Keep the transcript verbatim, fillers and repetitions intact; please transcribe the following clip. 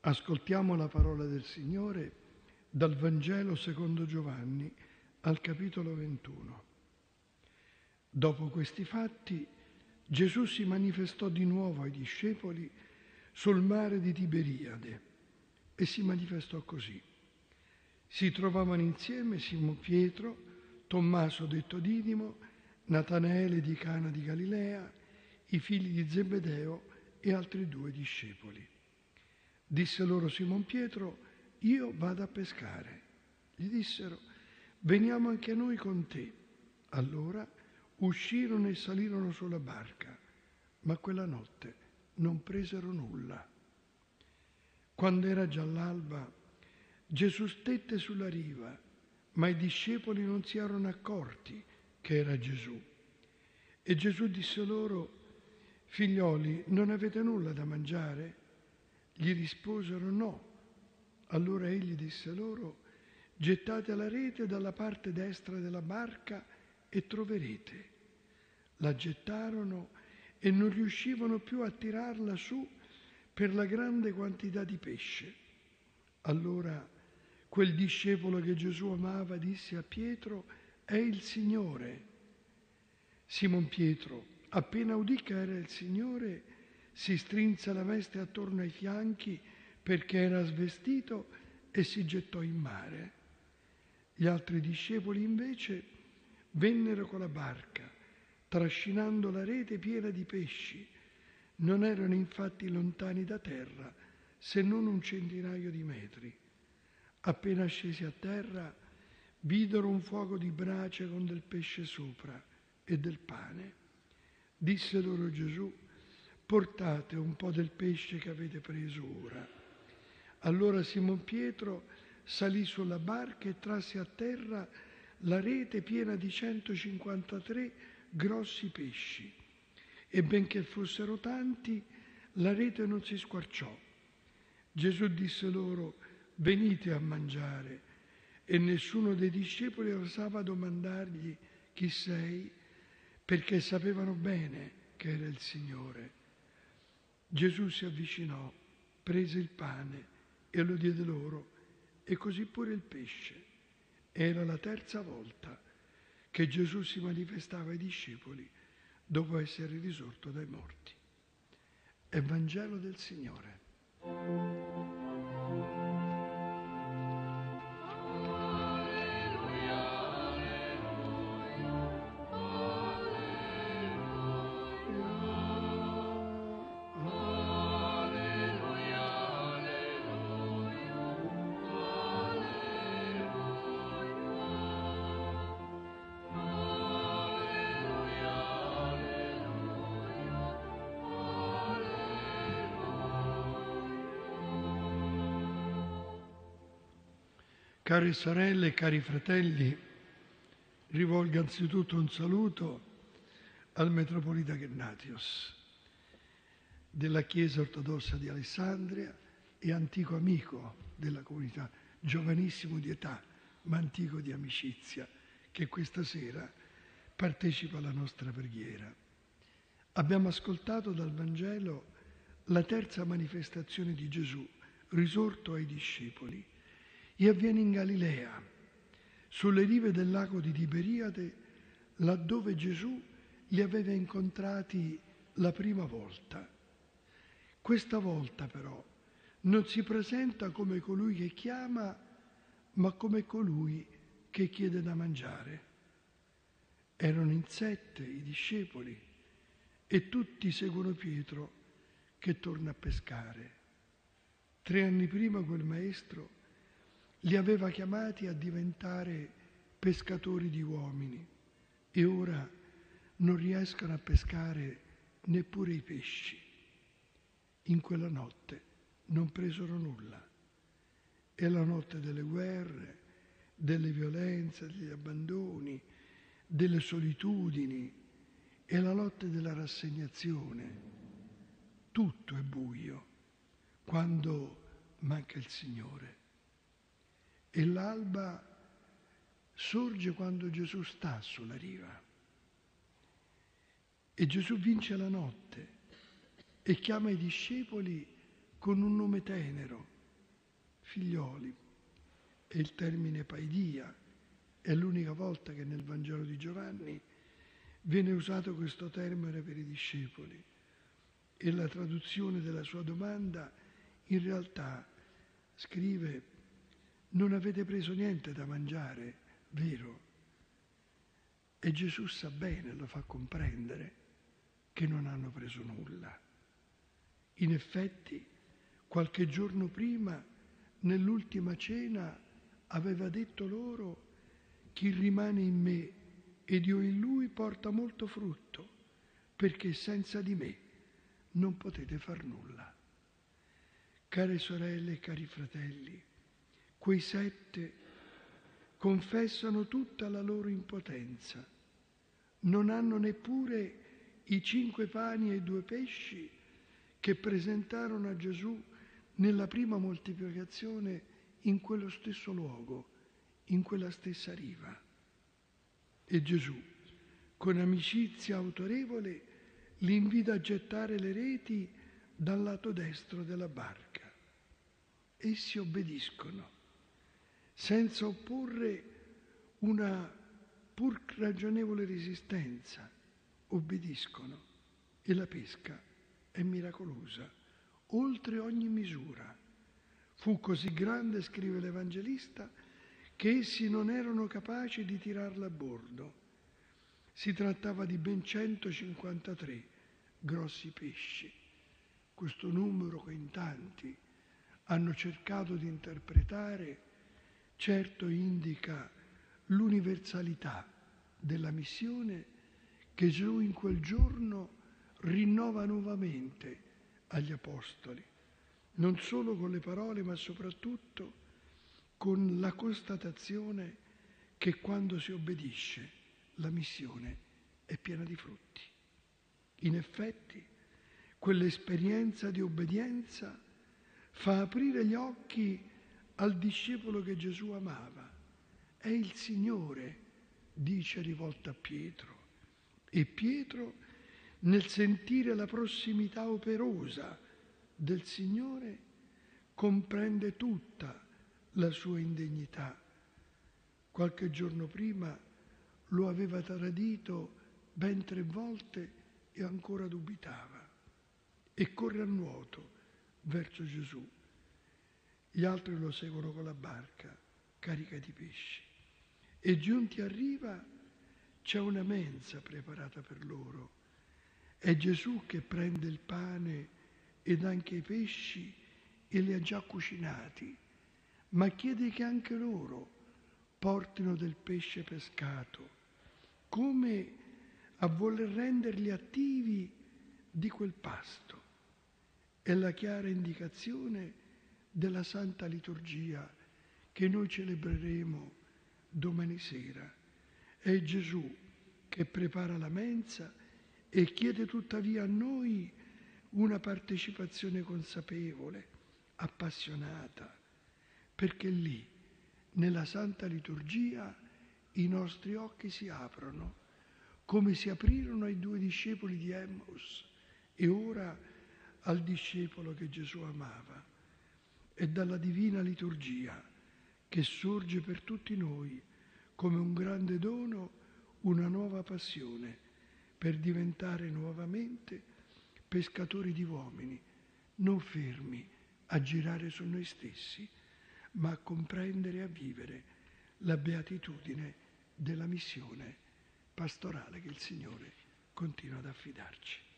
Ascoltiamo la parola del Signore dal Vangelo secondo Giovanni al capitolo ventuno. Dopo questi fatti, Gesù si manifestò di nuovo ai discepoli sul mare di Tiberiade e si manifestò così. Si trovavano insieme Simon Pietro, Tommaso detto Didimo, Natanaele di Cana di Galilea, i figli di Zebedeo e altri due discepoli. Disse loro Simon Pietro: io vado a pescare. Gli dissero: veniamo anche noi con te. Allora uscirono e salirono sulla barca, ma quella notte non presero nulla. Quando era già l'alba, Gesù stette sulla riva, ma i discepoli non si erano accorti che era Gesù. E Gesù disse loro: figlioli, non avete nulla da mangiare? Gli risposero no. Allora egli disse loro: gettate la rete dalla parte destra della barca e troverete. La gettarono e non riuscivano più a tirarla su per la grande quantità di pesce. Allora quel discepolo che Gesù amava disse a Pietro: è il Signore. Simon Pietro, appena udì che era il Signore, si strinse la veste attorno ai fianchi perché era svestito e si gettò in mare. Gli altri discepoli invece vennero con la barca, trascinando la rete piena di pesci. Non erano infatti lontani da terra, se non un centinaio di metri. Appena scesi a terra, videro un fuoco di brace con del pesce sopra e del pane. Disse loro Gesù: portate un po' del pesce che avete preso ora. Allora Simon Pietro salì sulla barca e trasse a terra la rete piena di centocinquantatré grossi pesci. E benché fossero tanti, la rete non si squarciò. Gesù disse loro: venite a mangiare. E nessuno dei discepoli osava domandargli: chi sei? Perché sapevano bene che era il Signore. Gesù si avvicinò, prese il pane e lo diede loro, e così pure il pesce. Era la terza volta che Gesù si manifestava ai discepoli dopo essere risorto dai morti. È Vangelo del Signore. Care sorelle e cari fratelli, rivolgo anzitutto un saluto al metropolita Gennatios della Chiesa Ortodossa di Alessandria e antico amico della comunità, giovanissimo di età, ma antico di amicizia, che questa sera partecipa alla nostra preghiera. Abbiamo ascoltato dal Vangelo la terza manifestazione di Gesù, risorto ai discepoli. E avviene in Galilea, sulle rive del lago di Tiberiade, laddove Gesù li aveva incontrati la prima volta. Questa volta però non si presenta come colui che chiama, ma come colui che chiede da mangiare. Erano in sette i discepoli e tutti seguono Pietro che torna a pescare. Tre anni prima quel maestro li aveva chiamati a diventare pescatori di uomini e ora non riescono a pescare neppure i pesci. In quella notte non presero nulla. È la notte delle guerre, delle violenze, degli abbandoni, delle solitudini, è la notte della rassegnazione. Tutto è buio quando manca il Signore. E l'alba sorge quando Gesù sta sulla riva. E Gesù vince la notte e chiama i discepoli con un nome tenero, figlioli. E il termine paidia è l'unica volta che nel Vangelo di Giovanni viene usato questo termine per i discepoli. E la traduzione della sua domanda in realtà scrive: non avete preso niente da mangiare, vero? E Gesù sa bene, lo fa comprendere, che non hanno preso nulla. In effetti, qualche giorno prima, nell'ultima cena, aveva detto loro: chi rimane in me ed io in lui porta molto frutto, perché senza di me non potete far nulla. Care sorelle e cari fratelli, quei sette confessano tutta la loro impotenza. Non hanno neppure i cinque pani e i due pesci che presentarono a Gesù nella prima moltiplicazione in quello stesso luogo, in quella stessa riva. E Gesù, con amicizia autorevole, li invita a gettare le reti dal lato destro della barca. Essi obbediscono, senza opporre una pur ragionevole resistenza. Obbediscono e la pesca è miracolosa, oltre ogni misura. Fu così grande, scrive l'Evangelista, che essi non erano capaci di tirarla a bordo. Si trattava di ben centocinquantatré grossi pesci. Questo numero che in tanti hanno cercato di interpretare certo indica l'universalità della missione che Gesù in quel giorno rinnova nuovamente agli Apostoli, non solo con le parole ma soprattutto con la constatazione che quando si obbedisce la missione è piena di frutti. In effetti, quell'esperienza di obbedienza fa aprire gli occhi al discepolo che Gesù amava. È il Signore, dice rivolto a Pietro. E Pietro, nel sentire la prossimità operosa del Signore, comprende tutta la sua indegnità. Qualche giorno prima lo aveva tradito ben tre volte e ancora dubitava. E corre a nuoto verso Gesù. Gli altri lo seguono con la barca carica di pesci. E giunti a riva c'è una mensa preparata per loro. È Gesù che prende il pane ed anche i pesci e li ha già cucinati, ma chiede che anche loro portino del pesce pescato, come a voler renderli attivi di quel pasto. È la chiara indicazione della Santa Liturgia che noi celebreremo domani sera. È Gesù che prepara la mensa e chiede tuttavia a noi una partecipazione consapevole, appassionata, perché lì, nella Santa Liturgia, i nostri occhi si aprono, come si aprirono ai due discepoli di Emmaus e ora al discepolo che Gesù amava. È dalla divina liturgia che sorge per tutti noi come un grande dono una nuova passione per diventare nuovamente pescatori di uomini, non fermi a girare su noi stessi, ma a comprendere e a vivere la beatitudine della missione pastorale che il Signore continua ad affidarci.